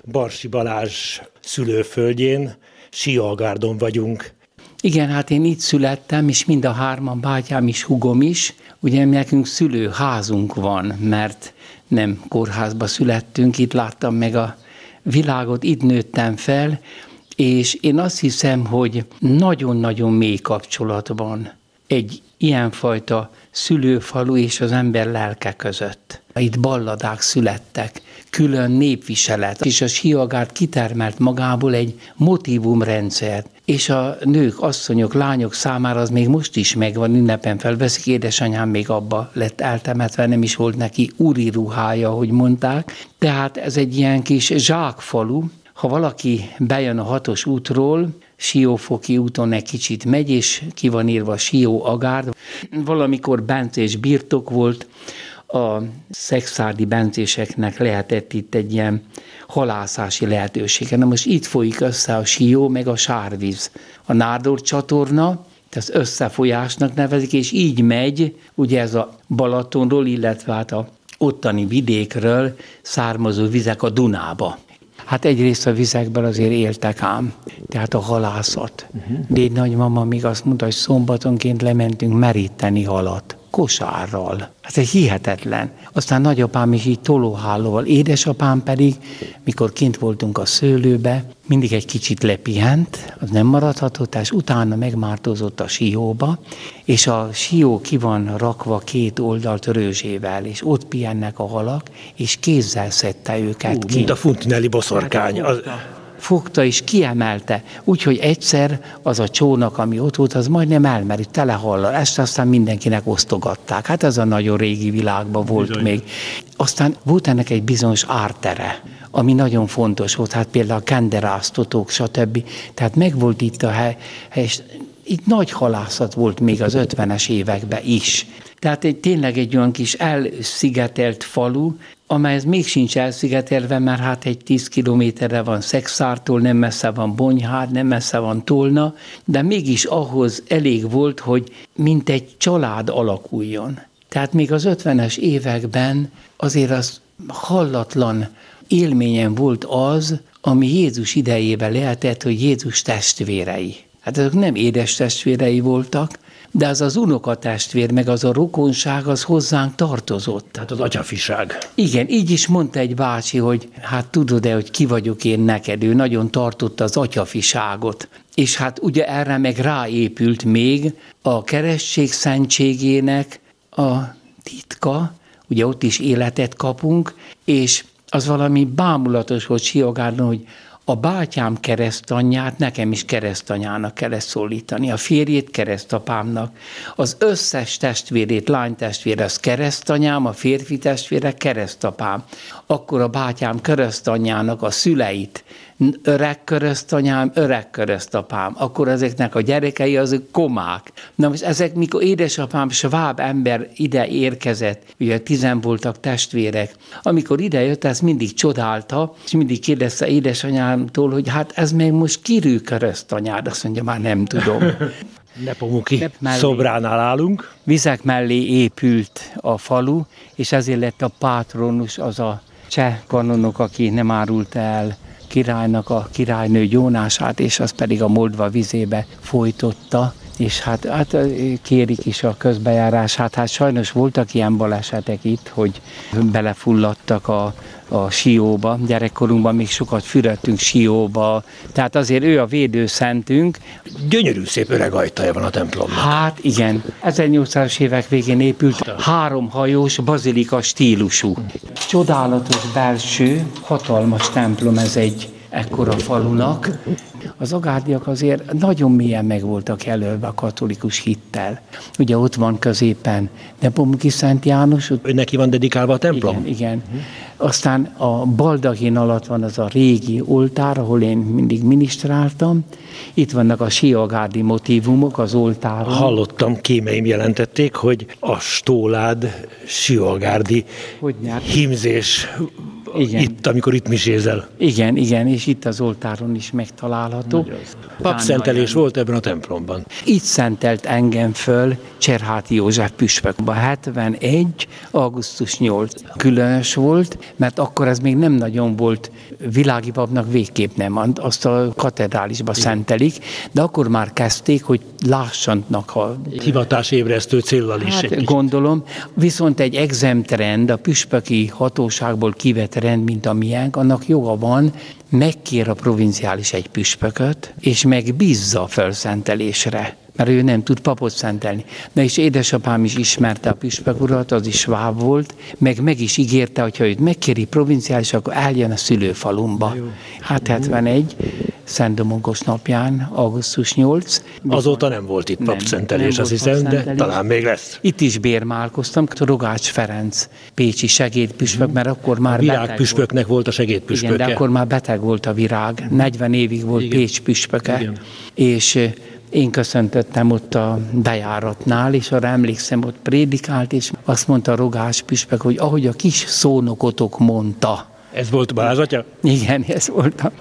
Barsi Balázs szülőföldjén, Sialgárdon vagyunk. Igen, hát én itt születtem, és mind a hárman, bátyám is, hugom is. Ugye nekünk szülőházunk van, mert nem kórházba születtünk, itt láttam meg a világot, itt nőttem fel, és én azt hiszem, hogy nagyon-nagyon mély kapcsolat van egy ilyenfajta szülőfalu és az ember lelke között. Itt balladák születtek, külön népviselet, és a Sialgárd kitermelt magából egy motívumrendszert, és a nők, asszonyok, lányok számára az még most is megvan, ünnepen felveszik, édesanyám még abba lett eltemetve, nem is volt neki úri ruhája, ahogy mondták. Tehát ez egy ilyen kis zsákfalu. Ha valaki bejön a 6-os útról, Siófoki úton egy kicsit megy, és ki van írva Sióagárd. Valamikor bencés birtok volt, a szekszárdi bencéseknek lehetett itt egy ilyen halászási lehetősége. Na most itt folyik össze a Sió meg a sárvíz. A Nádor csatorna, ezt összefolyásnak nevezik, és így megy, ugye ez a Balatonról, illetve hát a ottani vidékről származó vizek a Dunába. Hát egyrészt a vizekben azért éltek ám, tehát a halászat. Déd nagymama még azt mondta, hogy szombatonként lementünk meríteni halat, kosárral. Hát ez hihetetlen. Aztán nagyapám is így tolóhálóval, édesapám pedig, mikor kint voltunk a szőlőbe, mindig egy kicsit lepihent, az nem maradhatott, és utána megmártózott a Sióba, és a Sió ki van rakva 2 oldalt rőzsével, és ott pihennek a halak, és kézzel szedte őket ki. Mint a Funtinelli boszorkány. Fogta és kiemelte, úgyhogy egyszer az a csónak, ami ott volt, az majdnem elmerült, tele hallal. Ezt aztán mindenkinek osztogatták. Hát ez a nagyon régi világban volt bizony. Még. Aztán volt ennek egy bizonyos ártere, ami nagyon fontos volt, hát például a kenderáztatók, stb. Tehát megvolt itt a hely, és itt nagy halászat volt még az 50-es években is. Tehát tényleg egy olyan kis elszigetelt falu, amely még sincs elszigetelve, mert hát egy 10 kilométerre van Szekszártól, nem messze van Bonyhád, nem messze van Tolna, de mégis ahhoz elég volt, hogy mint egy család alakuljon. Tehát még az 50-es években azért az hallatlan élményen volt az, ami Jézus idejében lehetett, hogy Jézus testvérei. Hát azok nem édes testvérei voltak, de az az unokatestvér, meg az a rokonság, az hozzánk tartozott. Tehát az atyafiság. Igen, így is mondta egy bácsi, hogy hát tudod-e, hogy ki vagyok én neked, ő nagyon tartotta az atyafiságot. És hát ugye erre meg ráépült még a keresztség szentségének a titka, ugye ott is életet kapunk, és az valami bámulatos volt Sialgárdon, hogy a bátyám keresztanyját nekem is keresztanyának kellett szólítani, a férjét keresztapámnak, az összes testvérét, lánytestvér, az keresztanyám, a férfi testvére keresztapám. Akkor a bátyám keresztanyjának a szüleit, öreg keresztanyám, öreg keresztapám, akkor ezeknek a gyerekei azok komák. Na most ezek, mikor édesapám sváb ember ide érkezett, ugye 10 voltak testvérek, amikor ide jött, ezt mindig csodálta, és mindig kérdezte édesanyámtól, hogy hát ez még most kirű keresztanyád, azt mondja, már nem tudom. Nepomuki szobránál állunk. Vizek mellé épült a falu, és ezért lett a pátronus az a cseh kanonok, aki nem árult el királynak a királynő gyónását, és az pedig a Moldva vizébe folytotta, és hát kérik is a közbejárását. Hát sajnos voltak ilyen balesetek itt, hogy belefulladtak a Sióba. Gyerekkorunkban még sokat fürödtünk Sióba, tehát azért ő a védőszentünk. Gyönyörű szép öreg ajtaja van a templomnak. Hát igen, 1800-as évek végén épült 3 hajós bazilika stílusú. Csodálatos belső, hatalmas templom ez egy ekkora falunak. Az agárdiak azért nagyon mélyen meg voltak jelölve a katolikus hittel. Ugye ott van középen Nepomuki Szent János. Neki van dedikálva a templom? Igen. Aztán a baldahén alatt van az a régi oltár, ahol én mindig minisztráltam. Itt vannak a sialgárdi motívumok az oltáron. Hallottam, kémeim jelentették, hogy a stólád sialgárdi hímzés Igen. Itt, amikor itt misézel. Igen, és itt az oltáron is megtalálható. Papszentelés volt ebben a templomban. Itt szentelt engem föl Cserháti József püspök. 71. augusztus 8. Különös volt, mert akkor ez még nem nagyon volt, világi papnak végképp nem, azt a katedrálisba szentelik, de akkor már kezdték, hogy lássanak a... Hivatásébresztő céllal is. Hát gondolom, viszont egy exemptrend, a püspöki hatóságból kivett rend, mint a miénk, annak joga van, megkér a provinciális egy püspököt, és megbízza a felszentelésre, mert ő nem tud papot szentelni. De és édesapám is ismerte a püspök urat, az is sváb volt, meg is ígérte, hogy ha őt megkéri provinciális, akkor eljön a szülőfalumba. Hát 71. Szent Domonkos napján, augusztus 8. Azóta nem volt itt papszentelés, azt hiszem, de talán még lesz. Itt is bérmálkoztam, Rogács Ferenc, pécsi segédpüspök, mert akkor már virágpüspöknek volt a segédpüspöke. Igen, de akkor már beteg volt a virág, 40 évig volt Pécs püspöke, és én köszöntöttem ott a bejáratnál, és arra emlékszem, ott prédikált, és azt mondta a Rogás püspök, hogy ahogy a kis szónokotok mondta. Ez volt Balázs atya? Igen, ez volt.